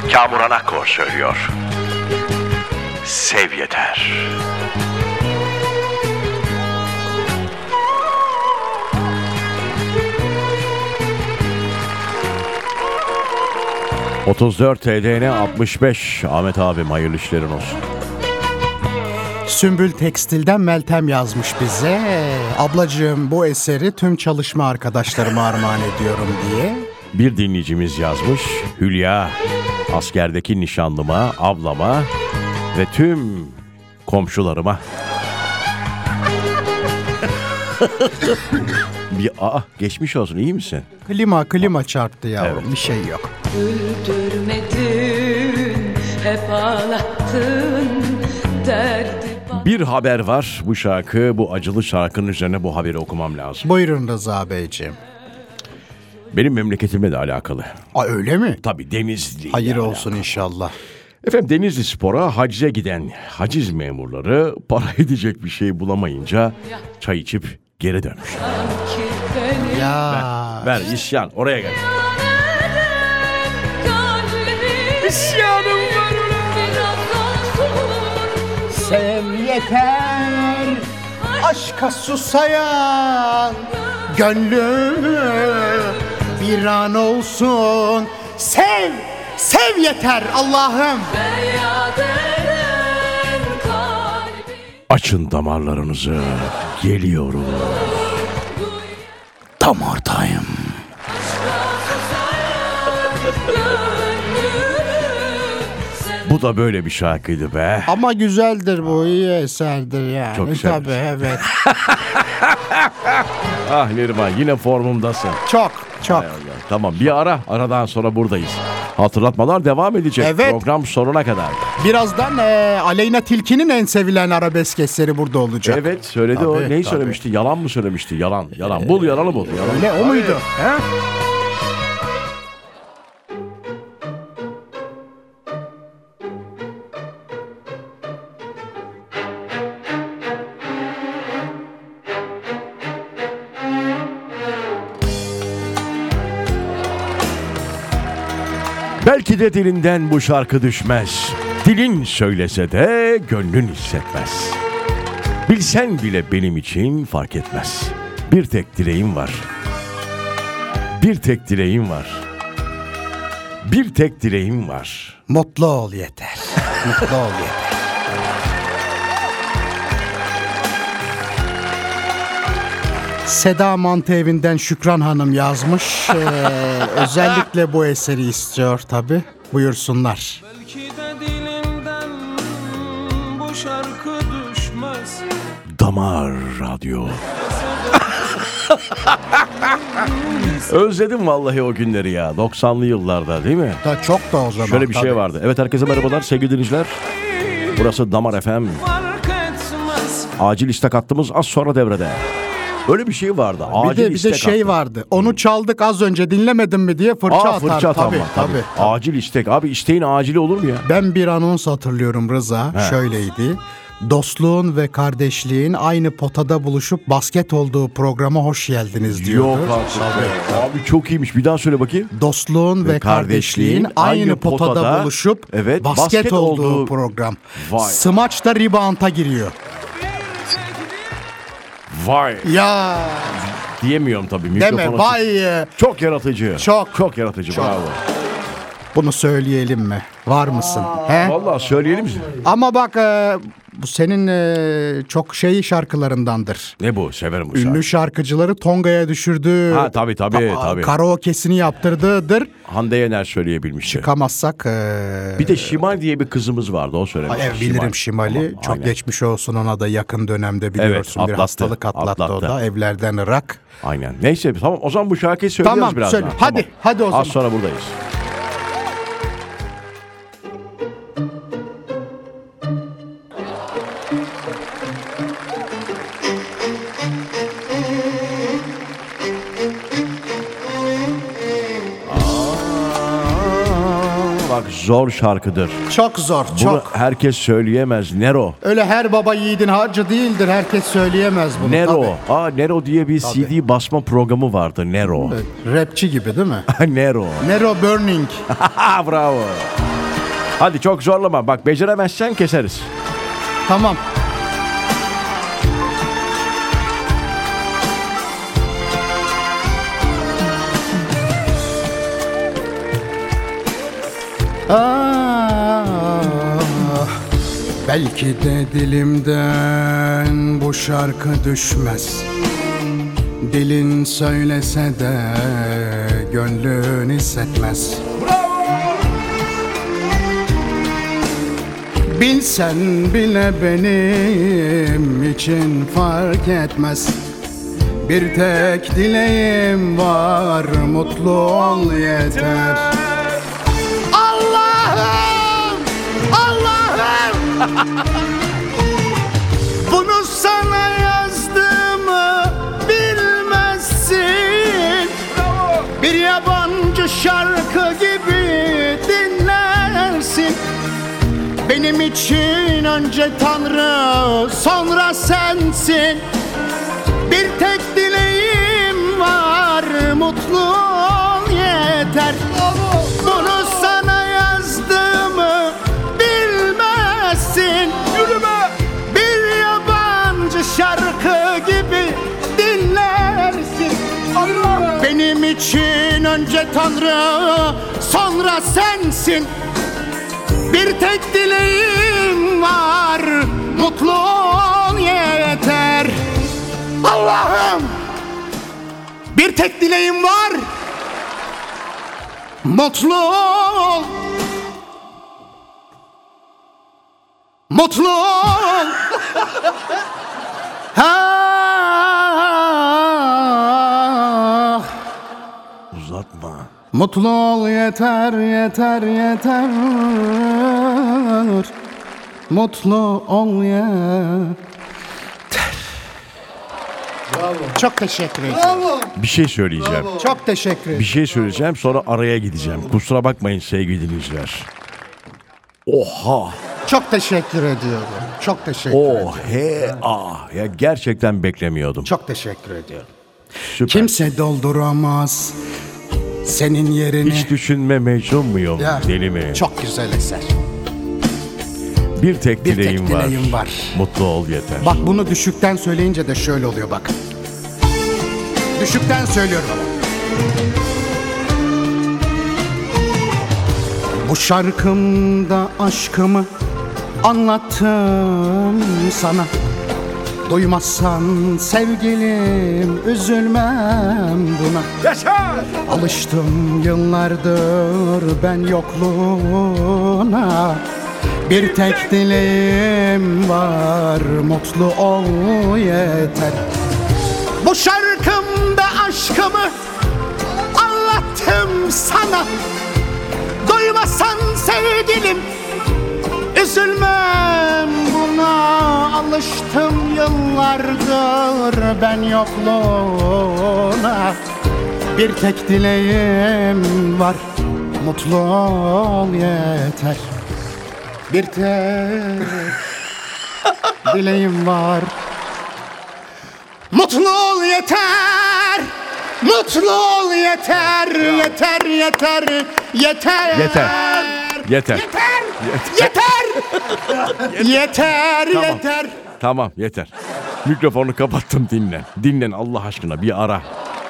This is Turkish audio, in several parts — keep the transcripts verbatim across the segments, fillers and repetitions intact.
Kamuran Akkor söylüyor. Sev yeter. otuz dört T D N altmış beş. Ahmet abim hayırlı işlerin olsun. Sümbül Tekstil'den Meltem yazmış bize. Ablacığım bu eseri tüm çalışma arkadaşlarıma armağan ediyorum diye. Bir dinleyicimiz yazmış. Hülya, askerdeki nişanlıma, ablama ve tüm komşularıma. Bir aa, geçmiş olsun, iyi misin? Klima klima çarptı yavrum, Evet. bir şey yok. Güldürmedin, hep ağlattın derdi. Bir haber var, bu şarkı, bu acılı şarkının üzerine bu haberi okumam lazım. Buyurun Rıza Beyciğim. Benim memleketimle de alakalı. Aa, öyle mi? Tabii Denizli. Hayır ile olsun alakalı. inşallah. Efendim Denizli Spor'a hacize giden haciz memurları para edecek bir şey bulamayınca çay içip geri dönmüşler. Ya. Ver isyan, oraya gel. İsyanım var. Sev yeter, aşka susayan gönlümü bir an olsun. Sev, sev yeter Allah'ım. Açın damarlarınızı, geliyorum. Damardayım. Bu da böyle bir şarkıydı be. Ama güzeldir bu, iyi eserdir yani. Çok güzel. Tabii, evet. Ah Neriman, yine formumdasın. Çok, çok. Tamam, bir ara, aradan sonra buradayız. Hatırlatmalar devam edecek. Evet. Program sonuna kadar. Birazdan e, Aleyna Tilki'nin en sevilen arabesk eseri burada olacak. Evet, söyledi Tabii, o. Neyi tabii. söylemişti? Yalan mı söylemişti? Yalan, yalan. Bul yalanı bul. Yalan. Öyle o muydu? He? Belki de dilinden bu şarkı düşmez. Dilin söylese de gönlün hissetmez. Bilsen bile benim için fark etmez. Bir tek dileğim var. Bir tek dileğim var. Bir tek dileğim var. Mutlu ol yeter. Mutlu ol yeter. Seda Mantı Evi'nden Şükran Hanım yazmış. Ee, özellikle bu eseri istiyor tabi. Buyursunlar. Belki de dilimden bu şarkı düşmez. Damar Radyo. Özledim vallahi o günleri ya. doksanlı yıllarda değil mi? Da çok da o zaman. Şöyle bir şey tabii. vardı. Evet, herkese merhabalar sevgili dinleyiciler. Burası Damar F M. Fark etmez. Acil istek hattımız az sonra devrede. Öyle bir şey vardı. Bir Acil de, bir de istek şey hattı. vardı. Onu çaldık az önce, dinlemedin mi diye fırça Aa, atar. fırça atar tabii, mı? Tabii. tabii. Acil istek. Abi isteğin acili olur mu ya? Ben bir anons hatırlıyorum Rıza. He. Şöyleydi. Dostluğun ve kardeşliğin aynı potada buluşup basket olduğu programa hoş geldiniz diyordu. Yok artık. Abi çok iyiymiş. Bir daha söyle bakayım. Dostluğun ve, Ve kardeşliğin, kardeşliğin aynı aynı potada, potada, buluşup evet, basket, basket olduğu, olduğu- program. Vay. Smaç da rebound'a giriyor. Vay. Ya Diyemiyorum tabii. deme Mikrofona- vay. Çok yaratıcı. Çok. Çok yaratıcı. Çok. Bravo. Bunu söyleyelim mi? Var mısın? He? Vallahi söyleyelim mi? Ama bak e, bu senin e, çok şey şarkılarındandır. Ne bu? Severim bu Ünlü şarkıyı. şarkıcıları Tonga'ya düşürdüğü, Ha tabii tabii a- tabii. karaoke'sini yaptırdığıdır. Hande Yener söyleyebilmişti. Çıkamazsak e, Bir de Şimal diye bir kızımız vardı, o söylemişti. Ay, bilirim Şimal'i. Tamam, çok aynen. geçmiş olsun ona da, yakın dönemde biliyorsun bir atlattı, hastalık atlattı, atlattı. o da, evlerden Irak. Aynen. Neyse tamam, o zaman bu şarkıyı söyleyeceğiz Tamam, birazdan. söyle. Hadi, hadi o zaman. Az sonra buradayız. Bak zor şarkıdır. Çok zor, Bunu çok. herkes söyleyemez. Nero. Öyle her baba yiğidin harcı değildir. Herkes söyleyemez bunu. Nero. tabii. Aa, Nero diye bir C D basma programı vardı. Nero. Rapçi gibi değil mi? Nero. Nero Burning. Bravo. Hadi çok zorlama. Bak beceremezsen keseriz. Tamam. Ah, belki de dilimden bu şarkı düşmez. Dilin söylese de gönlün hissetmez. Bilsen bile benim için fark etmez. Bir tek dileğim var, mutlu ol yeter. Allah'ım, Allah'ım bunu sana yazdığımı bilmezsin. Bir yabancı şarkı gibi dinlersin. Benim için önce Tanrı, sonra sensin. Bir tek dileğim var, mutlu ol yeter. Bunu sana yazdığımı bilmezsin. Yürüme. Bir yabancı şarkı gibi dinlersin. Allah. Benim için önce Tanrı, sonra sensin. Bir tek dileğim var, mutlu ol yeter. Allah'ım, bir tek dileğim var, mutlu ol, mutlu ol. Ah, Uzatma. mutlu ol yeter, yeter, yeter. Mutlu ol yeter. Bravo. Çok teşekkür ederim. Bravo. Bir şey söyleyeceğim. Bravo. Çok teşekkür ederim. Bir şey söyleyeceğim sonra araya gideceğim. Kusura bakmayın sevgili dinleyiciler. Oha. Çok teşekkür ediyorum. Çok teşekkür ediyorum. Oh he ah. Ya gerçekten beklemiyordum. Çok teşekkür ediyorum. Süper. Kimse dolduramaz senin yerini. Hiç düşünme Mecnun muyum? Ya, Deli mi? çok güzel eser. Bir tek Bir dileğim, tek var. dileğim var. Mutlu ol yeter. Bak bunu düşükten söyleyince de şöyle oluyor bak. Düşükten söylüyorum ama. Bu şarkımda aşkımı anlattım sana. Duymazsan sevgilim üzülmem buna. Yaşa! Alıştım yıllardır ben yokluğuna. Bir tek dileğim var, mutlu ol yeter. Bu şarkımda aşkımı anlattım sana. Duymasan sevgilim üzülmem buna. Alıştım yıllardır ben yokluğuna. Bir tek dileğim var, mutlu ol yeter. Bir tek dileğim var, mutlu ol yeter. Mutlu ol yeter, yeter, yeter, yeter. Yeter. Yeter. Yeter. Yeter. Yeter, Tamam. yeter. Tamam yeter. Mikrofonu kapattım dinlen. Dinlen Allah aşkına bir ara.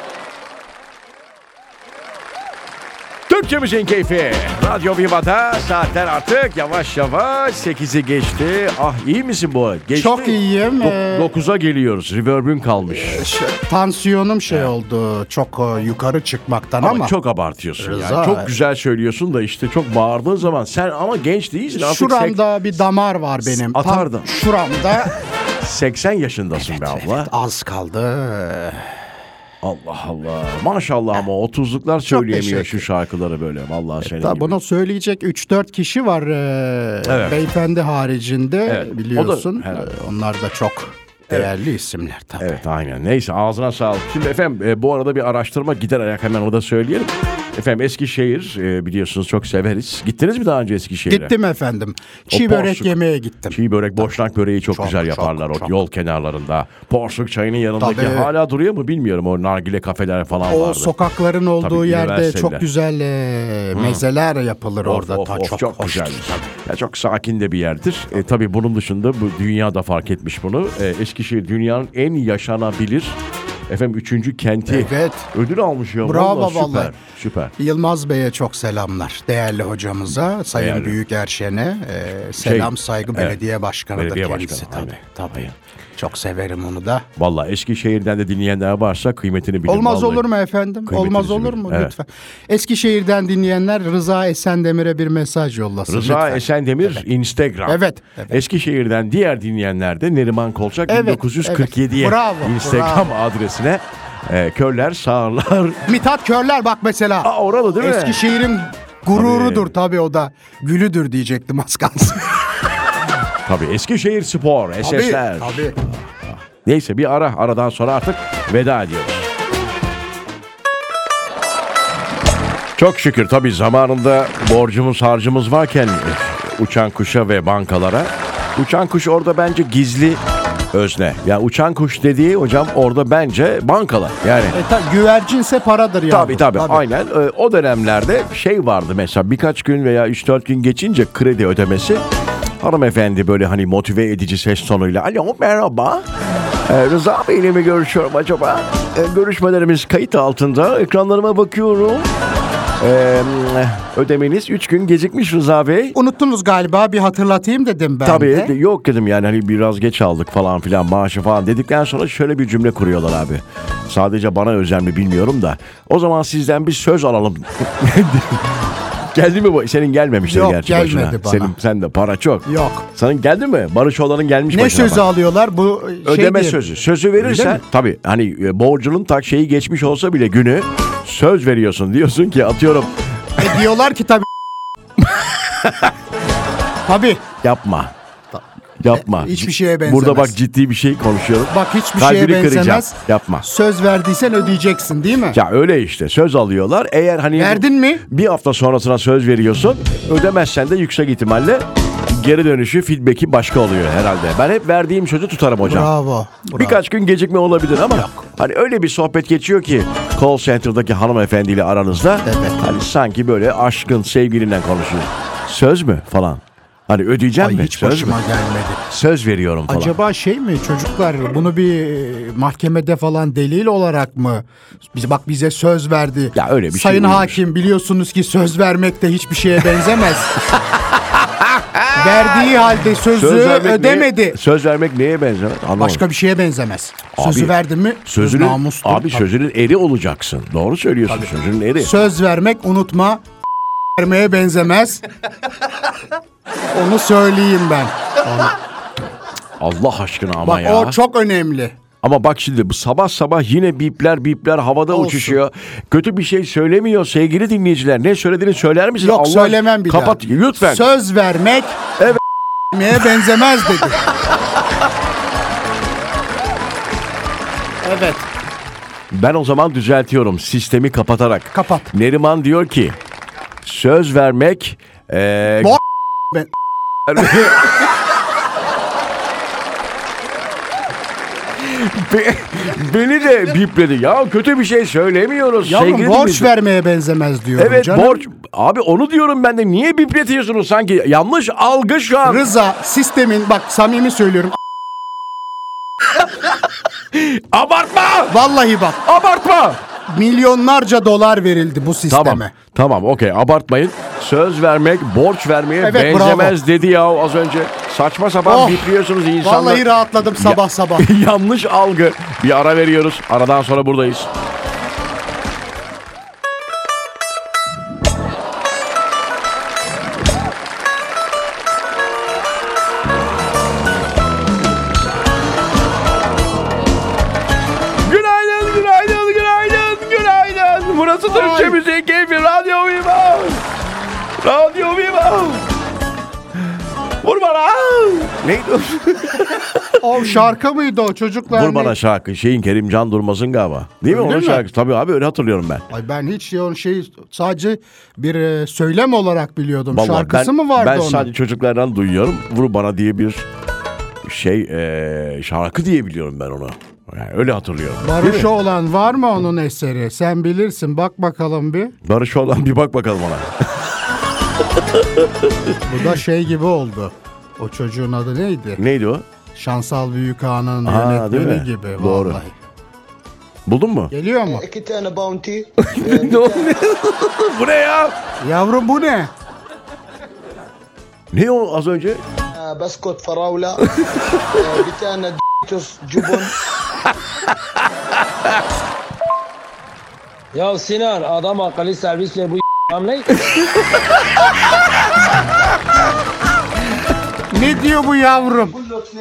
Türkçemizin keyfi. Radyo Viva'da saatler artık yavaş yavaş sekizi geçti. Ah iyi misin bu? Geçti. Çok iyiyim. Do- dokuza geliyoruz. Reverb'ün kalmış. Ş- Tansiyonum şey oldu, çok e, yukarı çıkmaktan ama, Ama çok abartıyorsun Rıza. yani. Çok güzel söylüyorsun da işte çok bağırdığın zaman sen ama genç değilsin. Artık şuramda bir damar var benim. Tam Atardın. şuramda. seksen yaşındasın be abla. Az kaldı. Allah Allah. Maşallah ama otuzluklar söyleyemiyor şu teşekkür. şarkıları böyle. Vallahi senin Da gibi. bunu söyleyecek üç dört kişi var e, Evet. beyefendi haricinde, Evet. biliyorsun. O da herhalde. E, onlar da çok değerli isimler tabii. Evet aynen. Neyse ağzına sağlık. Şimdi efendim e, bu arada bir araştırma gider ayak hemen o da söyleyelim. Efendim Eskişehir e, biliyorsunuz çok severiz. Gittiniz mi daha önce Eskişehir'e? Gittim efendim. Çiğ O börek porsuk. yemeye gittim. Çiğ börek, boşnak böreği çok, Çok, güzel çok, yaparlar çok. o yol kenarlarında. Porsuk çayının yanındaki Tabii. hala duruyor mu bilmiyorum, o nargile kafeler falan O vardı. sokakların olduğu Tabii, yerde üniversiteler. çok güzel e, mezeler yapılır Of, orada. of, Ta- of, çok, çok, hoş. güzel. Ya çok sakin de bir yerdir. E, tabii bunun dışında bu dünya da fark etmiş bunu. E, Eskişehir dünyanın en yaşanabilir efendim üçüncü kenti. Evet. Ödül almış ya. Bravo vallahi, süper. vallahi. Süper. Yılmaz Bey'e çok selamlar. Değerli hocamıza, Sayın Değerli. Büyükerşen'e e, selam, Şey, saygı, evet. belediye başkanıdır Belediye kendisi. başkanı, Tabii, tabii. tabii. Çok severim onu da. Vallahi Eskişehir'den de dinleyenler varsa kıymetini bilin. Olmaz vallahi. olur mu efendim? Kıymetinizi Olmaz olur bilin. mu? Evet. Lütfen. Eskişehir'den dinleyenler Rıza Esendemir'e bir mesaj yollasın. Rıza lütfen. Esendemir Instagram. Evet, evet. Eskişehir'den diğer dinleyenler de Neriman Kolçak Evet, bin dokuz yüz kırk yediye evet. Bravo, Instagram adresine e, körler sağırlar. Mithat Körler bak mesela. Aa, oralı değil mi? Eskişehir'in gururudur tabii. o da. Gülüdür diyecektim az kalsın. Tabii Eskişehir Spor, tabii, S S'ler. tabii. Neyse bir ara, aradan sonra artık veda ediyoruz. Çok şükür tabii zamanında borcumuz harcımız varken uçan kuşa ve bankalara. Uçan kuş orada bence gizli özne. Yani uçan kuş dediği hocam orada bence bankalar. Yani E, ta, güvercinse paradır ya. tabii, tabii aynen. Ee, o dönemlerde şey vardı mesela, birkaç gün veya üç dört gün geçince kredi ödemesi. Hanımefendi böyle hani motive edici ses tonuyla alo merhaba. Ee, Rıza Bey ile mi görüşüyorum acaba? Ee, görüşmelerimiz kayıt altında. Ekranlarıma bakıyorum. Ee, ödemeniz üç gün gecikmiş Rıza Bey. Unuttunuz galiba, bir hatırlatayım dedim ben Tabii de. yok dedim yani hani biraz geç aldık falan filan maaşı falan dedikten sonra şöyle bir cümle kuruyorlar abi. Sadece bana özel mi bilmiyorum da. O zaman sizden bir söz alalım. Geldi mi bu? Senin gelmemiştir Yok, gerçi gelmedi başına. bana. Senin sen de para çok. Yok. Senin geldi mi? Barış olanın gelmiş Ne başına. sözü bak. alıyorlar bu şey Ödeme diye- sözü. Sözü Öyle verirsen mi? tabii hani e, borcunun tak şeyi geçmiş olsa bile günü söz veriyorsun. Diyorsun ki atıyorum E, diyorlar ki tabii. Tabii. yapma. Yapma. Hiçbir şeye benzemez. Burada bak ciddi bir şey konuşuyorum. Bak hiçbir Kalbini şeye benzemez. kıracağım. Yapma. Söz verdiysen ödeyeceksin değil mi? Ya öyle işte söz alıyorlar. Eğer hani Verdin mi? bir hafta sonrasına söz veriyorsun, ödemezsen de yüksek ihtimalle geri dönüşü, feedback'i başka oluyor herhalde. Ben hep verdiğim sözü tutarım hocam. Bravo. bravo. Birkaç gün gecikme olabilir ama hani öyle bir sohbet geçiyor ki call center'daki hanımefendiyle aranızda. Evet. Hani sanki böyle aşkın, sevgilinden konuşuyor. Söz mü falan. Hani ödeyeceğim Ay, mi? hiç Söz başıma mü? gelmedi. Söz veriyorum falan. Acaba şey mi çocuklar, bunu bir e, mahkemede falan delil olarak mı? Biz bak bize söz verdi. Ya öyle bir şey Sayın uymuş. hakim, biliyorsunuz ki söz vermek de hiçbir şeye benzemez. Verdiği halde sözü Söz vermek ödemedi. Neye, söz vermek neye benzer? Anlamadım. Başka bir şeye benzemez. Abi, Sözü verdin mi? Söz Sözünün, namustur. abi Tabii. sözünün eri olacaksın. Doğru söylüyorsun. Sözünün eri. Söz vermek, unutma, vermeye benzemez. Onu söyleyeyim ben. Onu. Allah aşkına ama Bak ya. o çok önemli. Ama bak şimdi bu sabah sabah yine bipler bipler havada Olsun. uçuşuyor. Kötü bir şey söylemiyor sevgili dinleyiciler. Ne söylediğini söyler misin? Yok Allah söylemem bir kapat, daha. lütfen. Söz vermek Evet. vermeye benzemez dedi. Evet. Ben o zaman düzeltiyorum sistemi kapatarak. Kapat. Neriman diyor ki söz vermek eee Bo- ben. Be- beni de bipledi. Ya kötü bir şey söylemiyoruz. Yavrum sevgili borç dinleyiciler. vermeye benzemez diyorum Evet canım. borç. Abi onu diyorum ben de. Niye bipletiyorsunuz sanki? Yanlış algı şu an. Rıza sistemin, bak samimi söylüyorum. Abartma. Vallahi bak, Abartma. milyonlarca dolar verildi bu sisteme. Tamam. Tamam okey abartmayın. Söz vermek borç vermeye Evet, benzemez dedi ya az önce. Saçma sapan Oh, bipliyorsunuz insanlar. Vallahi rahatladım sabah sabah. Yanlış algı. Bir ara veriyoruz. Aradan sonra buradayız. Günaydın, günaydın, günaydın, günaydın. Burası Türkçe Müziğin Keyfi. Radyo Viva. Radyo Viva. Vur bana. Neydi o? O şarkı mıydı o çocuklar? Vur bana şarkı. Şeyin Kerimcan Durmaz'ın galiba. Değil mi? Öyle Onun mi? şarkısı. Tabii abi öyle hatırlıyorum ben. Ay ben hiç o şey sadece bir e, söylem olarak biliyordum. Vallahi Şarkısı ben, mı vardı ben onun? sadece çocuklardan duyuyorum. Vur bana diye bir şey e, şarkı diye biliyorum ben onu. Yani öyle hatırlıyorum. Barış olan var mı onun eseri? Sen bilirsin. Bak bakalım bir. Barış olan bir bak bakalım ona. Bu da şey gibi oldu. O çocuğun adı neydi? Neydi o? Şansal Büyük Ağa'nın Ha, değil yönetmeni mi? gibi. Doğru. Vallahi. Buldun mu? Geliyor mu? iki tane bounty. Ne oldu? Bu ne ya? Yavrum bu ne? Ne o az önce? بسكوت فراولة bir tane Doritos jubon. Ya Sinan adam akıllı servis ver bu hamle. Ne diyor bu yavrum?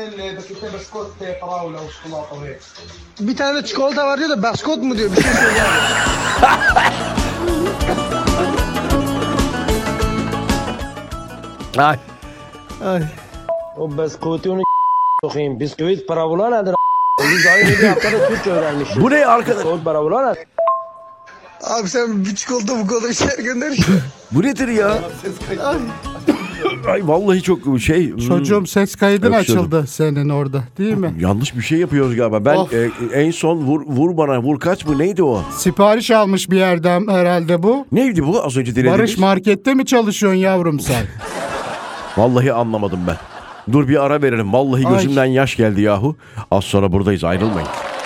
Bir tane de çikolata var diyor da baskot mu diyor bir şey söylüyor. Ay. Ay. O bisküviti onu sokayım. Bisküvit parabola nedir? Biz daha yeni bir haftada Türkçe öğrenmişiz. Bu ne arkadaş? Bisküvit parabola nedir? Abi sen bir çikolata bu kadar şeyler gönder. Bu nedir ya? Ay vallahi çok şey. Çocuğum ses kaydın Öpüşüyordum. açıldı senin orada değil mi? Yanlış bir şey yapıyoruz galiba. Ben Of. e, en son vur vur bana vur kaç mı neydi o? Sipariş almış bir yerden herhalde bu. Neydi bu az önce dinlediğimiz? Barış markette mi çalışıyorsun yavrum sen? Vallahi anlamadım ben. Dur bir ara verelim. Vallahi Ay. gözümden yaş geldi yahu. Az sonra buradayız, ayrılmayın.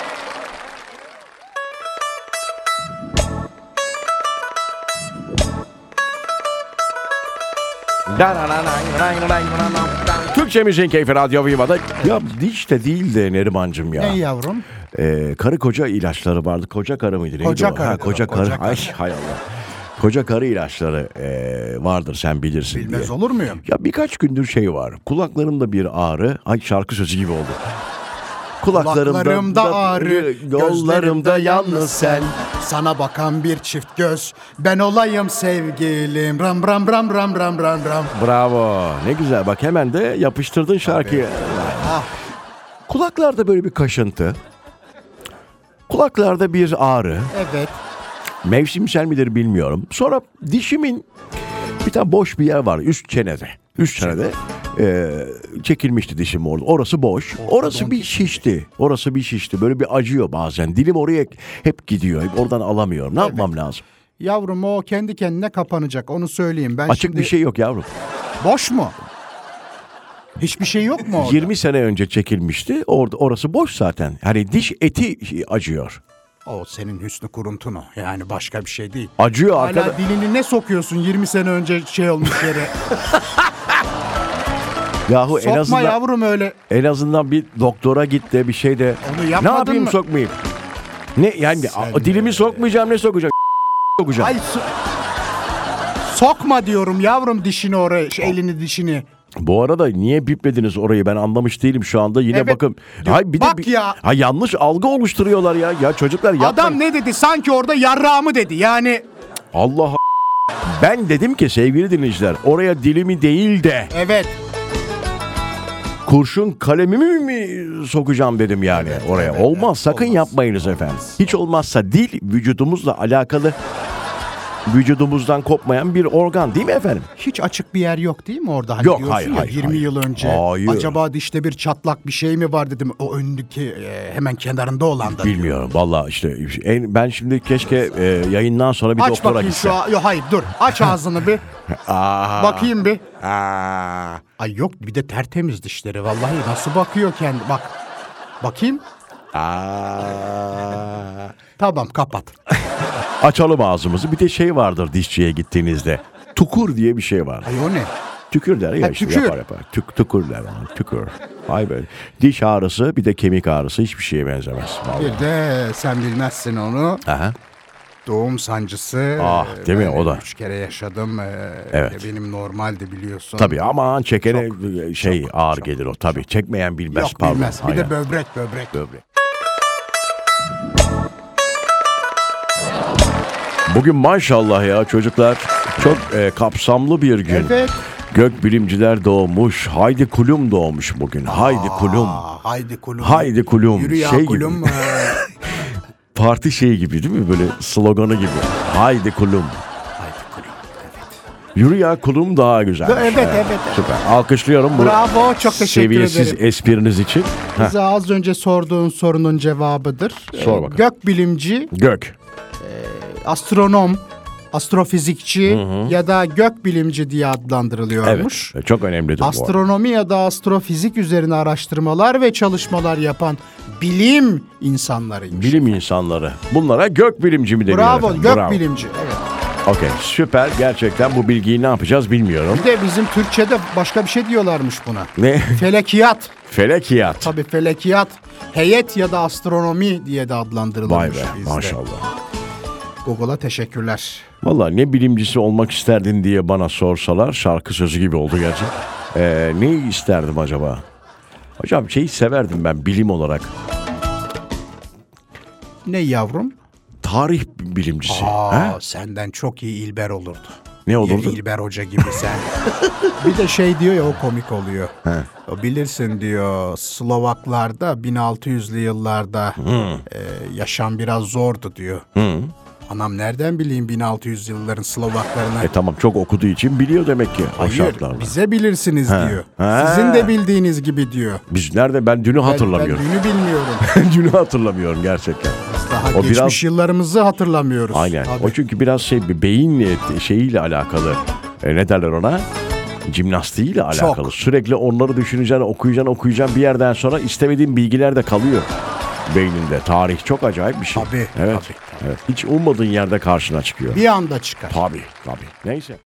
Türkçemizin keyfi Radyo Viva'da. Ya diş de değil de Nerimancığım ya. Ne yavrum? Ee, karı koca ilaçları vardı. Koca karı mıydı? Neydi Koca o? karı, Ha, koca koca karı. karı. Ay hay Allah. Koca karı ilaçları e, vardır sen bilirsin Bilmez diye. olur muyum? Ya birkaç gündür şey var. Kulaklarımda bir ağrı. Ay şarkı sözü gibi oldu. Kulaklarımda ağrı, yollarımda yalnız sen. Sana bakan bir çift göz, ben olayım sevgilim. Ram ram ram ram ram ram ram. Bravo. Ne güzel. Bak hemen de yapıştırdın şarkıyı. Ah, Kulaklarda böyle bir kaşıntı. Kulaklarda bir ağrı. evet. Mevsimsel midir bilmiyorum. Sonra dişimin bir tane boş bir yer var üst çenede. Üst çenede e, çekilmişti dişim orada. Orası boş. Orası bir şişti. Orası bir şişti. Böyle bir acıyor bazen. Dilim oraya hep gidiyor. Hep oradan alamıyorum. Ne yapmam lazım? Yavrum o kendi kendine kapanacak, onu söyleyeyim. Ben Açık şimdi... bir şey yok yavrum. Boş mu? Hiçbir şey yok mu orada? yirmi sene önce çekilmişti. Orada orası boş zaten. Hani diş eti acıyor. O senin hüsnü kuruntun o. Yani başka bir şey değil. Acıyor Hala arkadaş. dilini ne sokuyorsun yirmi sene önce şey olmuş yere? Yahu en Sokma azından yavrum öyle. en azından bir doktora git de bir şey de. Onu Ne yapmadın yapayım mı? sokmayayım? Ne yani Sen a- dilimi sokmayacağım, ne sokacağım? Sokacağım. Ay so- sokma diyorum yavrum dişini oraya, şu elini dişini. Bu arada niye biplediniz orayı, ben anlamış değilim şu anda. Yine Evet. bakın. Ya Hay bir bak de bir- ya. Ha yanlış algı oluşturuyorlar ya. Ya çocuklar yapmayın. Adam ne dedi? Sanki orada yarrağımı dedi. Yani Allah ben dedim ki sevgili dinleyiciler, oraya dilimi değil de evet. kurşun kalemimi mi sokacağım dedim yani oraya. evet, olmaz evet, sakın olmaz, yapmayınız efendim. Hiç olmazsa dil vücudumuzla alakalı, vücudumuzdan kopmayan bir organ değil mi efendim? Hiç açık bir yer yok değil mi orada? Hani Yok, diyorsun hayır, ya, hayır, yirmi hayır. yıl önce. Hayır. Acaba dişte bir çatlak bir şey mi var dedim. O öndeki e, hemen kenarında olan da. Bilmiyorum valla işte en, ben şimdi keşke e, yayından sonra bir Aç doktora bakayım gitsem. şu a- Yok hayır dur. Aç ağzını bir. Aa, Bakayım bir. aa. Ay yok bir de tertemiz dişleri. Vallahi nasıl bakıyor kendi. Bak. Bakayım. Aa. Tamam kapat. Açalım ağzımızı. Bir de şey vardır dişçiye gittiğinizde. Tukur diye bir şey var. Ay o ne? Tükür der ya Ha, işte tükür. yapar yapar. Tük, tükür der ona, tükür. Ay böyle. Diş ağrısı bir de kemik ağrısı hiçbir şeye benzemez. Vallahi. Bir de sen bilmezsin onu. Aha. Doğum sancısı. Ah, değil mi? Ben O da. Üç kere yaşadım. Ee, Evet. Benim normaldi biliyorsun. Tabii aman çekene Çok, şey çok, ağır çok, gelir o tabii. Çekmeyen bilmez. Yok pardon. bilmez. Bir de Aynen. böbrek böbrek. Böbrek. Bugün maşallah ya çocuklar çok e, kapsamlı bir gün. Evet. Gökbilimciler doğmuş. Haydi kulum doğmuş bugün. Haydi kulum. Aa, haydi kulum. Haydi kulum. Yürü ya Şey kulum. gibi. Parti şeyi gibi değil mi? Böyle sloganı gibi. Haydi kulum. Haydi kulum. Yürü ya kulum daha güzel. Evet, evet, evet. Süper. Alkışlıyorum bu Bravo, çok teşekkür seviyesiz ederim. espriniz için. Heh, Bize az önce sorduğun sorunun cevabıdır. Sor Ee, bakalım. Gökbilimci, Gök. astronom, astrofizikçi ya da gökbilimci diye Evet. adlandırılıyormuş. Çok önemlidir bu. Astronomi ya da astrofizik üzerine araştırmalar ve çalışmalar yapan bilim insanlarıymış. Bilim insanları. Bunlara gökbilimci mi deniyor? Bravo, efendim? gökbilimci. Evet. Okey, süper. Gerçekten bu bilgiyi ne yapacağız bilmiyorum. Bir de bizim Türkçe'de başka bir şey diyorlarmış buna. Ne? Felekiyat. Felekiyat. Tabii felekiyat, heyet ya da astronomi diye de Vay adlandırılmış be, bizde. maşallah. Google'a teşekkürler. Vallahi ne bilimcisi olmak isterdin diye bana sorsalar, şarkı sözü gibi oldu gerçi. Ee, neyi isterdim acaba? Hocam şeyi severdim ben bilim olarak. Ne yavrum? Tarih bilimcisi. Aa, ha? senden çok iyi İlber olurdu. Ne olurdu? İlber Hoca gibi sen. Bir de şey diyor ya, o komik oluyor. O bilirsin diyor, Slovaklarda bin altı yüzlü yıllarda e, yaşam biraz zordu diyor. Anam nereden bileyim bin altı yüz yılların Slovaklarını? E tamam, çok okuduğu için biliyor demek ki o Hayır, şartlarda. bize bilirsiniz diyor. Ha. Sizin de bildiğiniz gibi diyor. Biz nerede? Ben dünü Ben, hatırlamıyorum. ben dünü bilmiyorum. dünü hatırlamıyorum gerçekten. Biz daha O geçmiş biraz- yıllarımızı hatırlamıyoruz. Aynen. Tabii. O çünkü biraz şey bir beyin e, şeyiyle alakalı. E, ne derler ona? Jimnastiğiyle alakalı. Sürekli onları düşüneceksin, okuyacaksın, okuyacaksın. Bir yerden sonra istemediğin bilgiler de kalıyor beyninde. Tarih çok acayip bir şey. Tabii, Evet. tabii, Evet. Hiç ummadığın yerde karşına çıkıyor. Bir anda çıkar. Tabii, tabii. Neyse.